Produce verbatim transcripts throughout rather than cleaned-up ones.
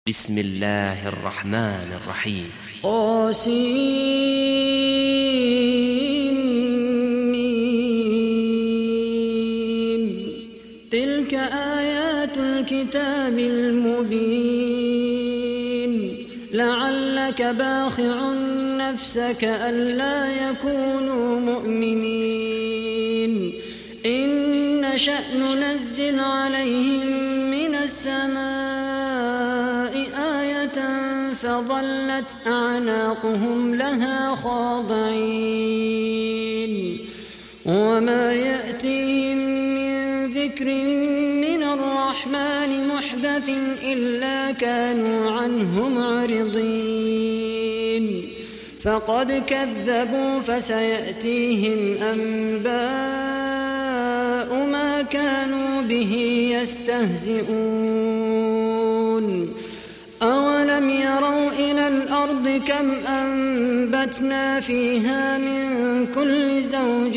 بسم الله الرحمن الرحيم. قاسمين. تلك آيات الكتاب المبين. لعلك باخع نفسك ألا يكونوا مؤمنين. إن نشأ ننزل عليهم من السماء آية فظلت أعناقهم لها خاضعين. وما يأتيهم من ذكر من الرحمن محدث إلا كانوا عنه معرضين. فقد كذبوا فسيأتيهم أنباء ما كانوا به يستهزئون. أولم يروا إلى الأرض كم أنبتنا فيها من كل زوج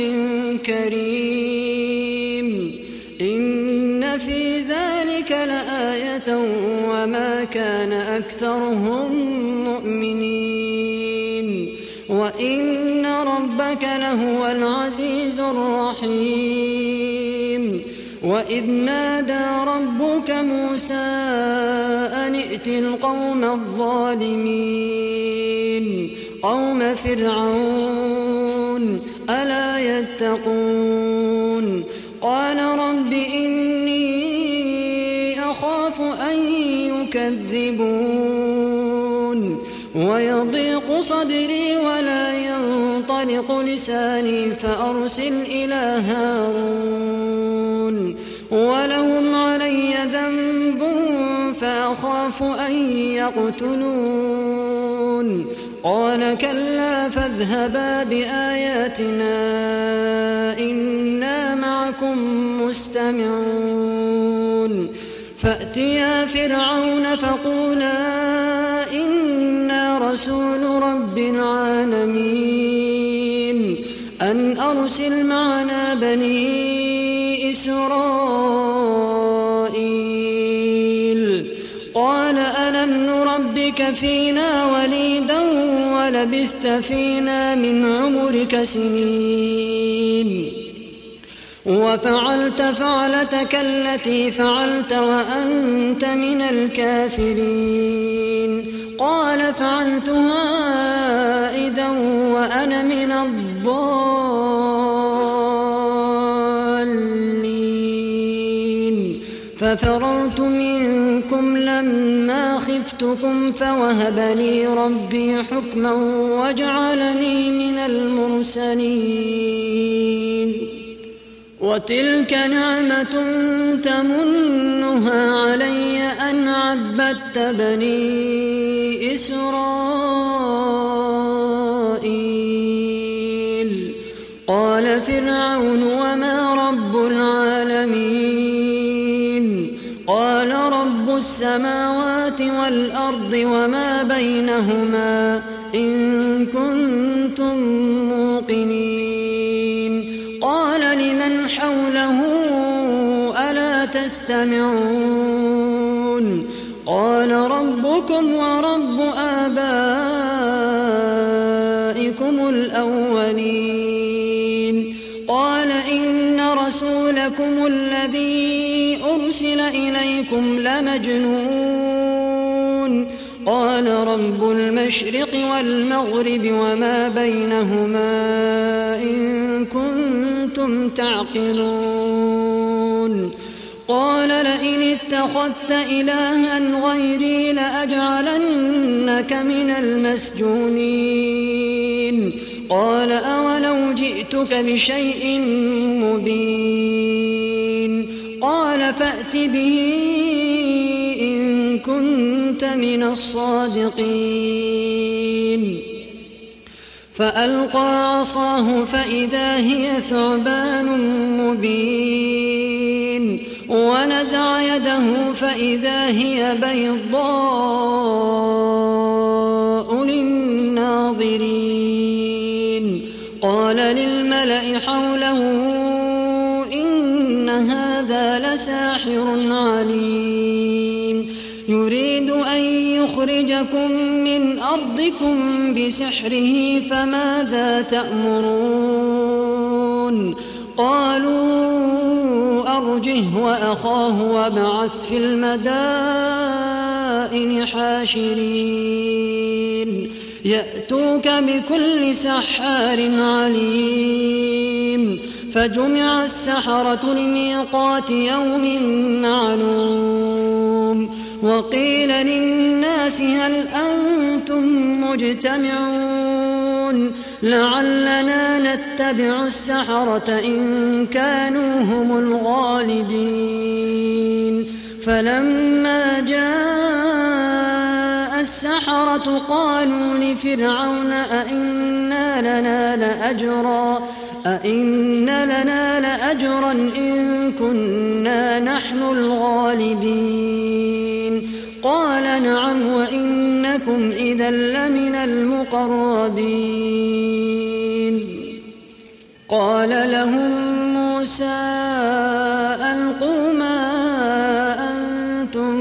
كريم. إن في ذلك لآية وما كان أكثرهم مؤمنين. وإن ربك لهو العزيز الرحيم. وإذ نادى ربك موسى أن ائت القوم الظالمين قوم فرعون ألا يتقون. قال رب إني أخاف أن يكذبون ويضيق صدري ولا ينطلق لساني فأرسل إلى هارون ولهم علي ذنب فأخاف أن يقتلون. قال كلا فاذهبا بآياتنا إنا معكم مستمعون. فأتيا فرعون فقولا إنا رسول رب العالمين أن أرسل معنا بني إسرائيل. قال ألم نربك فينا وليدا ولبثت فينا من عمرك سنين وفعلت فعلتك التي فعلت وأنت من الكافرين. قال فعلتها إذا وأنا من الضالين. ففررت منكم لما خفتكم فوهب لي ربي حكما وجعلني من المرسلين. وتلك نعمة تمنها علي أن عبدت بني إسرائيل. قال فرعون وما رب العالمين. قال رب السماوات والأرض وما بينهما إن كنتم موقنين. قال لمن حوله ألا تستمعون. قال ربكم ورب آبائكم الأولين. قال إن رسولكم الذي أرسل إليكم لمجنون. قال رب المشرق والمغرب وما بينهما إن كنتم تعقلون. قال لئن اتخذت إلها غيري لأجعلنك من المسجونين. قال أولو جئتك بشيء مبين. قال فأت به إن كنت من الصادقين. فألقى عصاه فإذا هي ثعبان مبين. ونزع يده فإذا هي بيضاء للناظرين. قال للملأ حوله إن هذا لساحر عليم يريد أن يخرجكم من أرضكم بسحره فماذا تأمرون قالوا أرجه وأخاه وابعث في المدائن حاشرين يأتوك بكل سحار عليم فجمع السحرة لميقات يوم معلوم وقيل للناس هل أنتم مجتمعون لعلنا نتبع السحرة إن كانوا هم الغالبين فلما جاء السحرة قالوا لفرعون أئن لنا لأجرا أئن لنا لأجرا إن كنا نحن الغالبين قال نعم وإنكم إذا لمن المقربين قال لهم موسى ألقوا ما أنتم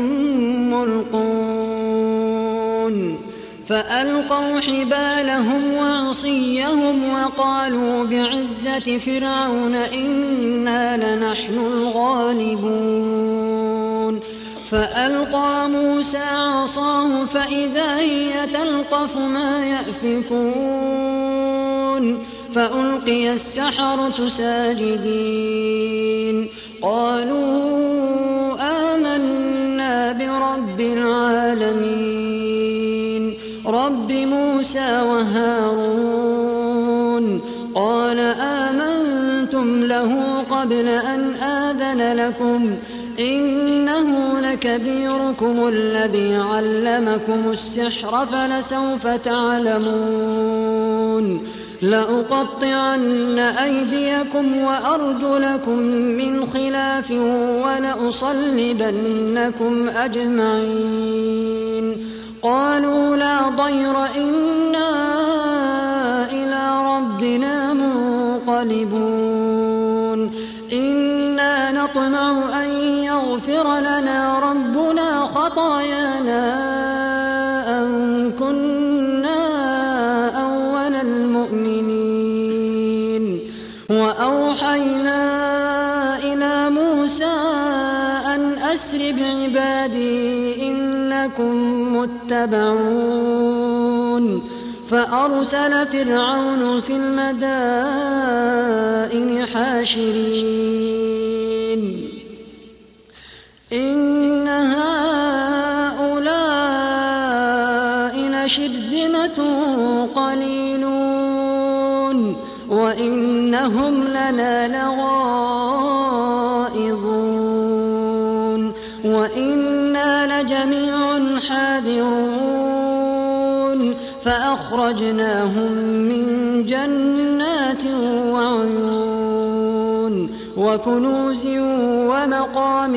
ملقون فألقوا حبالهم وعصيهم وقالوا بعزة فرعون إنا لنحن الغالبون فألقى موسى عصاه فإذا هي تلقف ما يأفكون فألقي السحرة ساجدين قالوا آمنا برب العالمين رب موسى وهارون قال آمنتم له قبل أن آذن لكم إنه لكبيركم الذي علمكم السحر فلسوف تعلمون لأقطعن أيديكم وأرجلكم من خلاف ولأصلبنكم أجمعين قالوا لا ضير إنا إلى ربنا منقلبون إنا نطمع أن يغفر لنا ربنا خطايانا أن كنا أول المؤمنين وأوحينا إلى موسى أن أسر بعبادي إنكم متبعون فأرسل فرعون في المدائن حاشرين إن هؤلاء لشرذمة قليلون وإنهم لنا لغائظون وإنا لجميع حاذرون فأخرجناهم من جنات وعيون وكنوز ومقام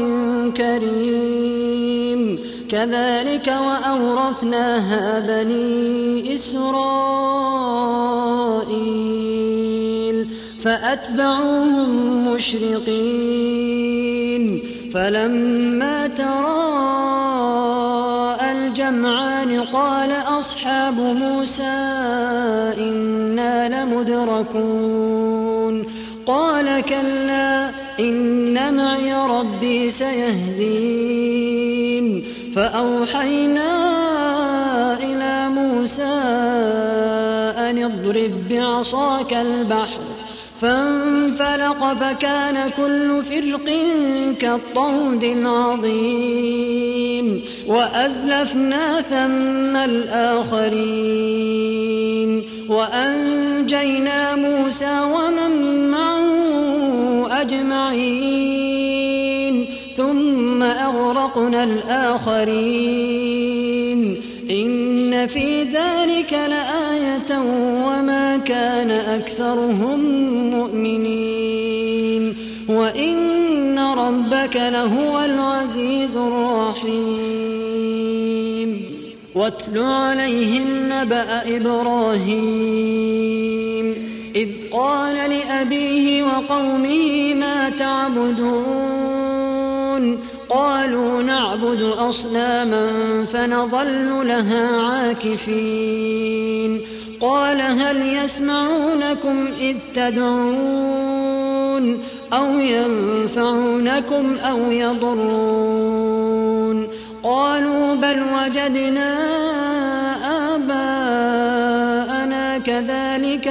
كريم كذلك وأورثناها بني إسرائيل فأتبعوهم مشرقين فلما تراءى الجمعان قال أصحاب موسى إنا لمدركون قال كلا إن معي ربي سيهدين فأوحينا إلى موسى أن اضرب بعصاك البحر فانفلق فكان كل فرق كالطود العظيم وأزلفنا ثم الآخرين وأنجينا موسى ومن معه أجمعين ثم أغرقنا الآخرين إن في ذلك لآية وما كان أكثرهم مؤمنين وإن ربك لهو العزيز الرحيم واتل عليهم نبأ إبراهيم إذ قال لأبيه وقومه ما تعبدون قالوا نعبد أصناما فنظل لها عاكفين قال هل يسمعونكم إذ تدعون أو ينفعونكم أو يضرون قالوا بل وجدنا آباءنا كذلك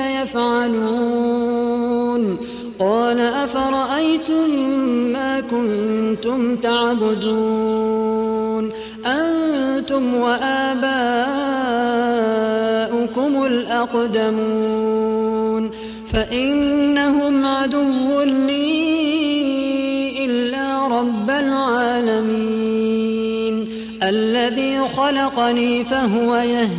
يفعلون قال أفرأيتم ما كنتم تعبدون أنتم وآباؤكم الأقدمون فإنهم عدو لي إلا رب العالمين الذي خلقني فهو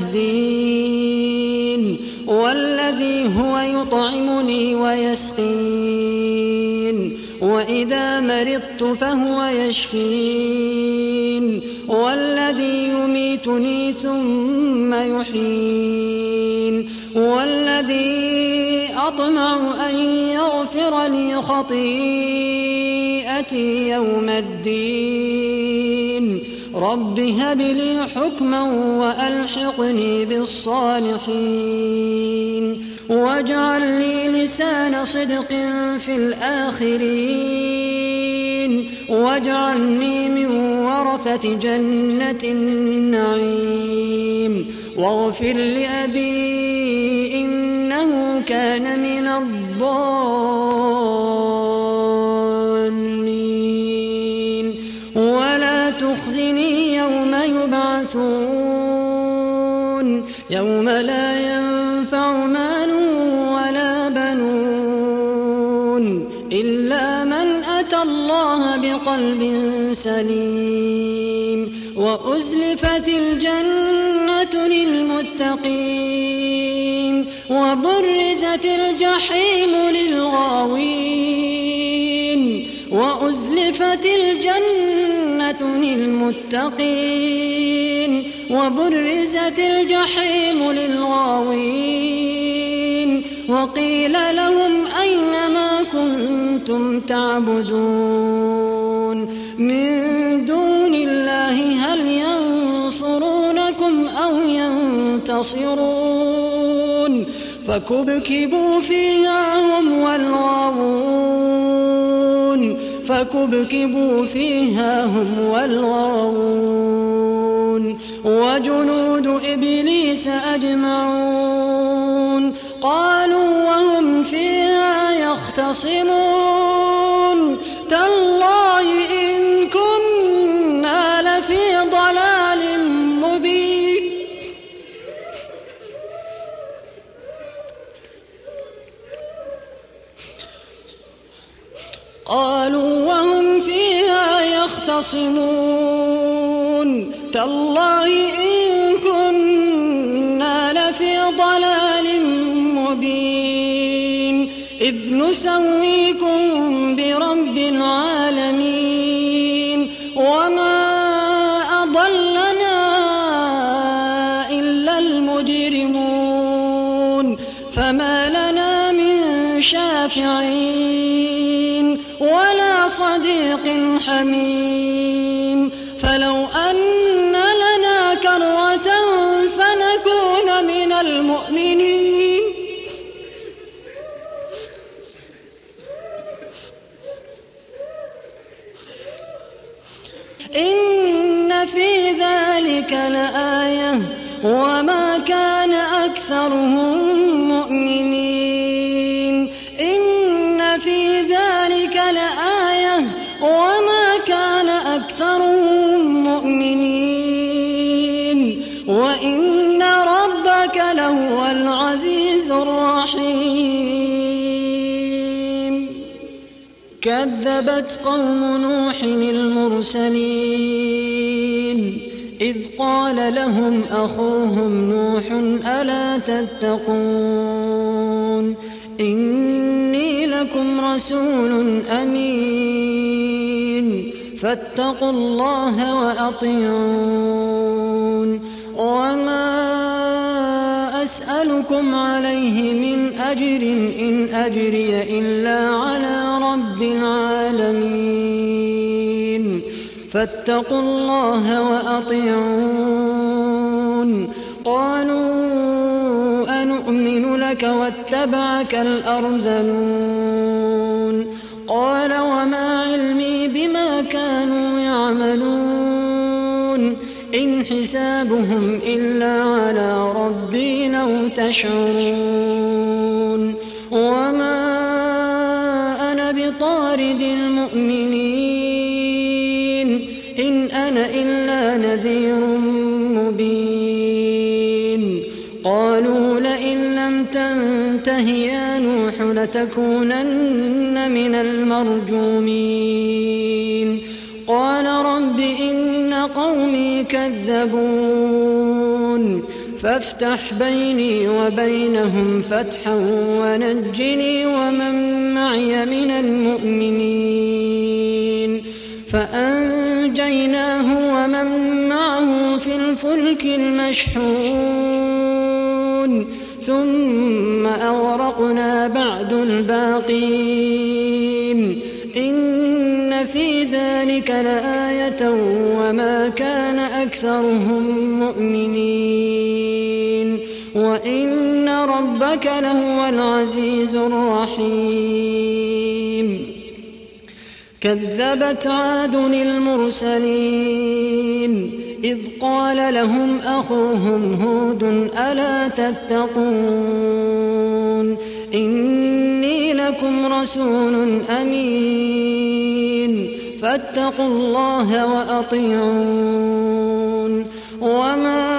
يهدين والذي هو يطعمني ويسقين وإذا مرضت فهو يشفين والذي يميتني ثم يحيين والذي أطمع أن يغفر لي خطيئتي يوم الدين رب هب لي حكما وألحقني بالصالحين واجعل لي لسان صدق في الآخرين واجعلني من ورثة جنة النعيم واغفر لأبي إنه كان من الضالين ولا تخزني يوم يبعثون يوم لا ينفع مال ولا بنون إلا من أتى الله بقلب سليم وأزلفت الجنة للمتقين وبرزت الجحيم للغاوين وأزلفت الجنة للمتقين وبرزت الجحيم للغاوين وقيل لهم أين ما كنتم تعبدون من دون الله هل ينصرونكم أو ينتصرون فكبكبوا فيها هم والغاوون فكبكبوا فيها هم والغاوون وجنود إبليس أجمعون قالوا وهم فيها يختصمون تالله إن كنا لفي ضلال مبين قالوا وهم فيها يختصمون تالله إن كنا لفي ضلال مبين إذ نسويكم برب العالمين وما أضلنا إلا المجرمون فما لنا من شافعين ولا صديق حميم فلو أن لنا كرة فنكون من المؤمنين إن في ذلك لآية وما كان أكثرهم مؤمنين إن في ذلك لآية وما كان أكثرهم مؤمنين وإن ربك لهو العزيز الرحيم كذبت قوم نوح المرسلين إذ قال لهم أخوهم نوح ألا تتقون إني لكم رسول أمين فاتقوا الله وأطيعون وما أسألكم عليه من أجر إن أجري إلا على رب العالمين فاتقوا الله وأطيعون. قالوا أنؤمن لك واتبعك الأرذلون. قال وما علمي بما كانوا يعملون إن حسابهم إلا على ربي لو تشعرون. وما أنا بطارد المؤمنين إن أنا إلا نذير مبين. قالوا لئن لم تنته يا نوح لتكونن من المرجومين. قال رب إن قومي كذبون فافتح بيني وبينهم فتحا ونجني ومن معي من المؤمنين. فأنجيناه ومن معه في الفلك المشحون ثم أغرقنا بعد الباقين. إن في ذلك لآية وما كان أكثرهم مؤمنين وإن ربك لهو العزيز الرحيم. كذبت عاد المرسلين إذ قال لهم أخوهم هود ألا تتقون إني لكم رسول أمين فاتقوا الله وأطيعون. وما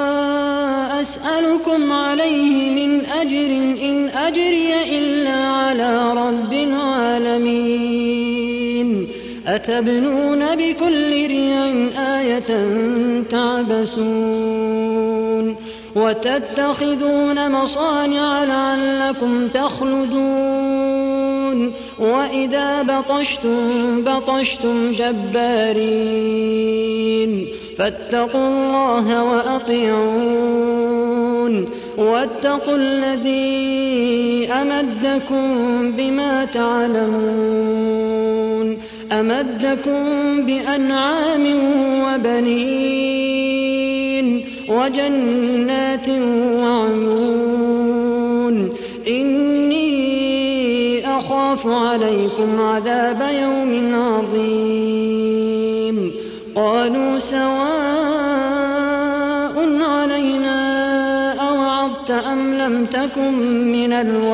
أسألكم عليه من أجر إن أجري إلا على رب العالمين. أتبنون بكل ريع آية تعبثون وتتخذون مصانع لعلكم تخلدون وإذا بطشتم بطشتم جبارين فاتقوا الله وأطيعون. واتقوا الذي أمدكم بما تعلمون أمدكم بأنعام وبنين وجنات وعيون. إني أخاف عليكم عذاب يوم عظيم. قالوا سواء علينا أوعظت أم لم تكن من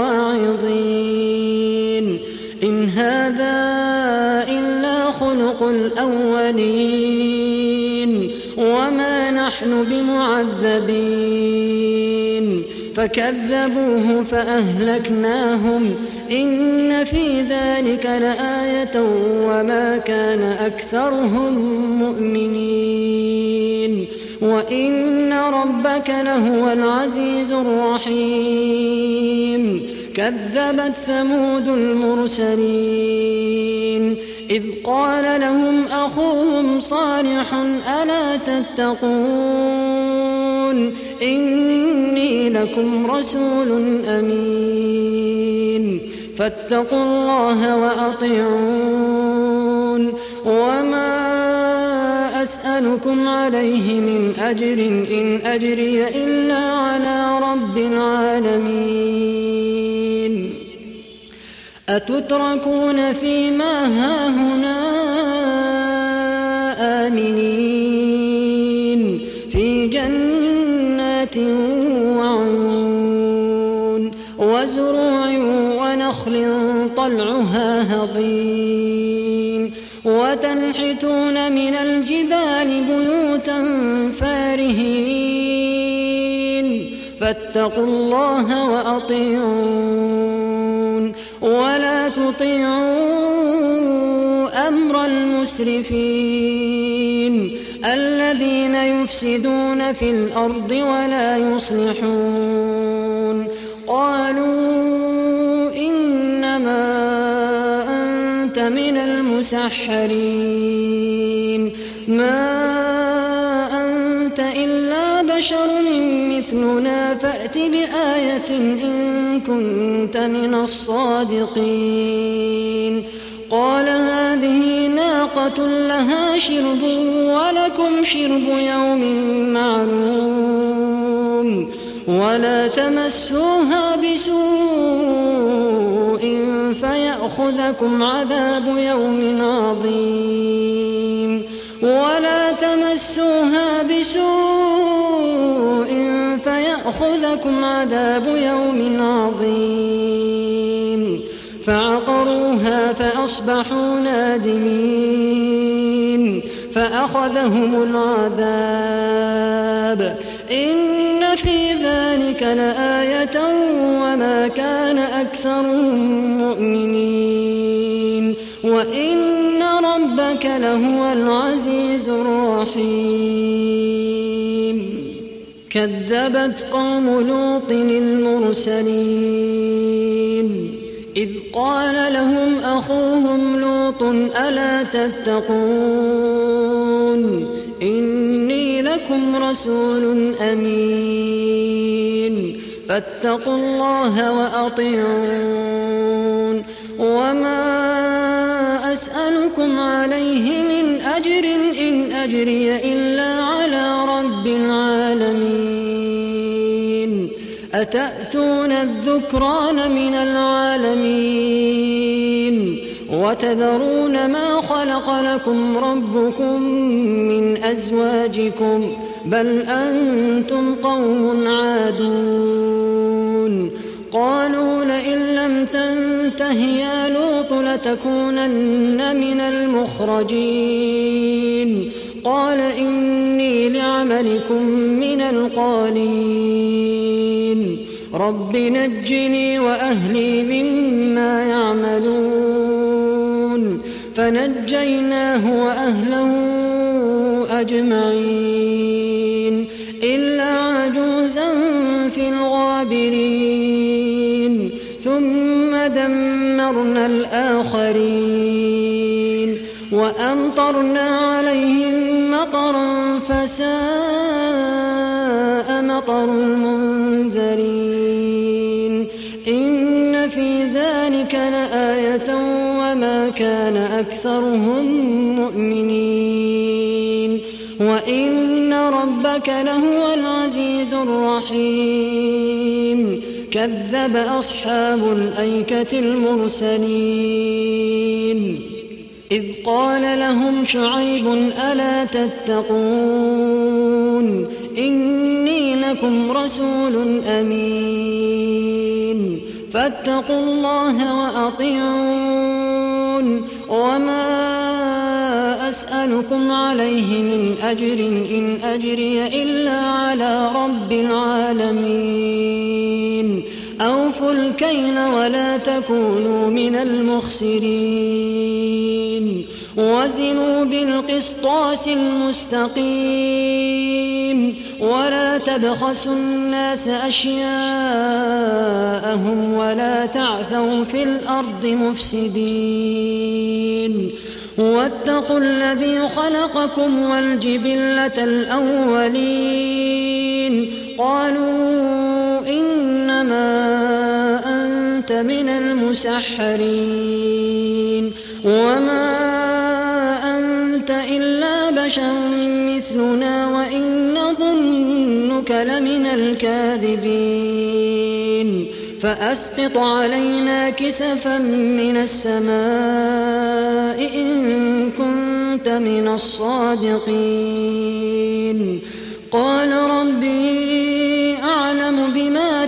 الواعظين إن هذا إلا خلق الأولين وما نحن بمعذبين. فكذبوه فأهلكناهم إن في ذلك لآية وما كان أكثرهم مؤمنين وإن ربك لهو العزيز الرحيم. كذبت ثمود المرسلين إذ قال لهم أخوهم صالح ألا تتقون إني لكم رسول أمين فاتقوا الله وأطيعون. وما أسألكم عليه من أجر إن أجري إلا على رب العالمين. أتتركون فيما هاهنا آمنين في جنات وعيون وزروع ونخل طلعها هضيم وتنحتون من الجبال بيوتا فارهين فاتقوا الله وأطيعون. ولا تطيعوا أمر المسرفين الذين يفسدون في الأرض ولا يصلحون. قالوا إنما أنت من المسحرين ما أنت إلا بشر مثلنا فأت بآية إن كنت من الصادقين. قال هذه ناقة لها شرب ولكم شرب يوم معلوم ولا تمسوها بسوء فيأخذكم عذاب يوم عظيم ولا تمسوها بسوء فيأخذكم عذاب يوم عظيم فعقروها فأصبحوا نادمين فأخذهم العذاب إن في ذلك لآية وما كان أكثرهم مؤمنين وإن ربك لهو العزيز الرحيم كذبت قوم لوط المرسلين إذ قال لهم أخوهم لوط ألا تتقون إني لكم رسول أمين فاتقوا الله وأطيعون وما أسألكم عليه من أجر إن أجري إلا على رب العالمين أتأتون الذكران من العالمين وتذرون ما خلق لكم ربكم من أزواجكم بل أنتم قوم عادون قالوا لئن لم تنته يا لوط لتكونن من المخرجين قال إني لعملكم من القالين رب نجني وأهلي مما يعملون فنجيناه وأهله أجمعين إلا عجوزا في الغابرين ثم دمرنا الآخرين وأمطرنا عليهم مطرا فساء مطر المنذرين إن في ذلك لآية وما كان أكثرهم مؤمنين وإن ربك لهو العزيز الرحيم كذب أصحاب الأيكة المرسلين إذ قال لهم شعيب ألا تتقون إني لكم رسول أمين فاتقوا الله وأطيعون وما أسألكم عليه من أجر إن أجري إلا على رب العالمين أوفوا الكيل ولا تكونوا من المخسرين وزنوا بالقسطاس المستقيم ولا تبخسوا الناس أشياءهم ولا تعثوا في الأرض مفسدين واتقوا الذي خلقكم والجبلة الأولين قالوا إنما أنت من المسحرين وما أنت إلا بشر مثلنا وإن نظنك لمن الكاذبين فأسقط علينا كسفا من السماء إن كنت من الصادقين قال ربي أعلم بما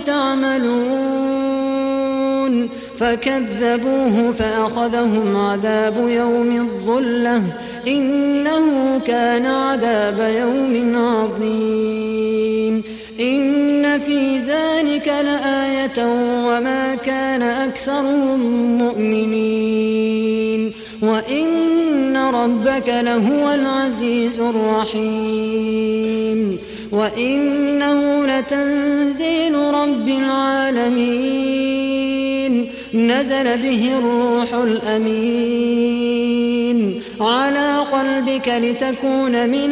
تعملون فكذبوه فأخذهم عذاب يوم الظلة إنه كان عذاب يوم عظيم إن في ذلك لآية وما كان أكثرهم مؤمنين وإن ربك لهو العزيز الرحيم وإنه لتنزيل رب العالمين نزل به الروح الأمين على قلبك لتكون من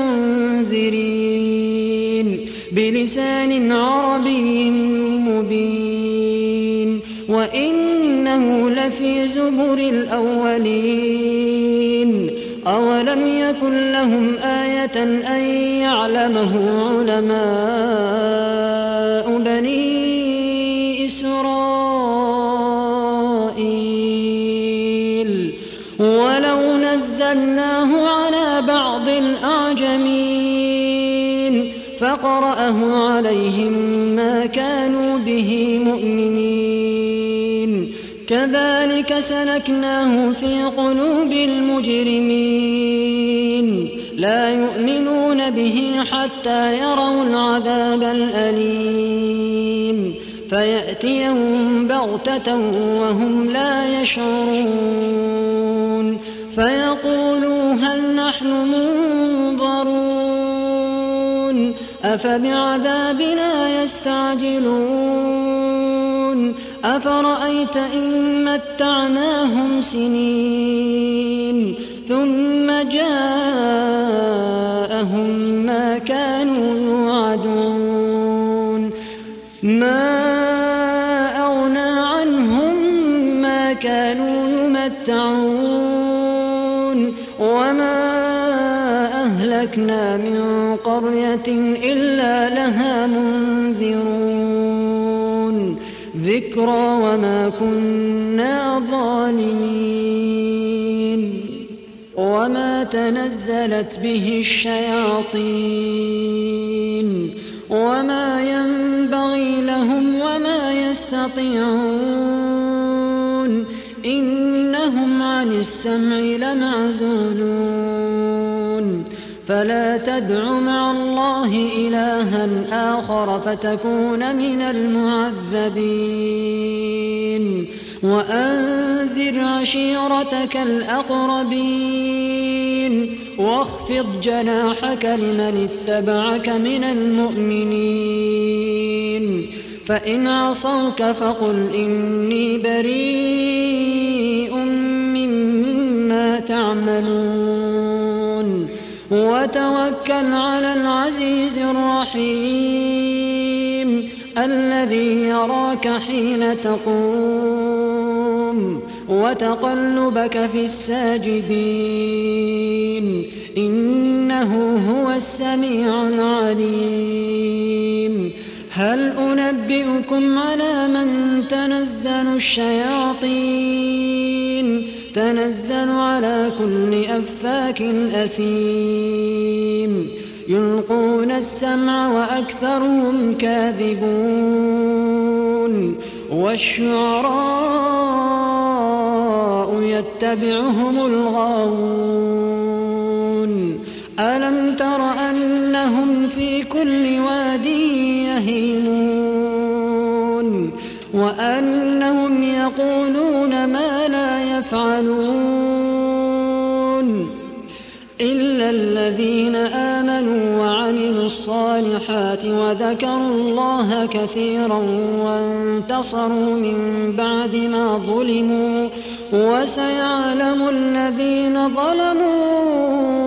المنذرين بلسان عربي مبين وإنه إنه لفي زبر الأولين أولم يكن لهم آية أن يعلمه علماء بني إسرائيل ولو نزلناه على بعض الأعجمين فقرأه عليهم ما كانوا به مؤمنين كذلك سلكناه في قلوب المجرمين لا يؤمنون به حتى يروا العذاب الأليم فيأتيهم بغتة وهم لا يشعرون فيقولوا هل نحن منظرون أفبعذابنا يستعجلون أفرأيت إن متعناهم سنين ثم جاءهم ما كانوا يوعدون ما أغنى عنهم ما كانوا يمتعون وما أهلكنا من قرية إلا لها منذرون ذكرى وما كنا ظالمين وما تنزلت به الشياطين وما ينبغي لهم وما يستطيعون إنهم عن السمع لمعزولون فلا تدع مع الله إلها آخر فتكون من المعذبين وأنذر عشيرتك الأقربين واخفض جناحك لمن اتبعك من المؤمنين فإن عصوك فقل إني بريء مما تعملون وتوكل على العزيز الرحيم الذي يراك حين تقوم وتقلبك في الساجدين إنه هو السميع العليم هل أنبئكم على من تنزل الشياطين تنزل على كل أفاك أثيم يلقون السمع وأكثرهم كاذبون والشعراء يتبعهم الغاوون ألم تر أنهم في كل واد يهيمون وأنهم يقولون ما لا يفعلون إلا الذين آمنوا وعملوا الصالحات وذكروا الله كثيرا وانتصروا من بعد ما ظلموا وسيعلم الذين ظلموا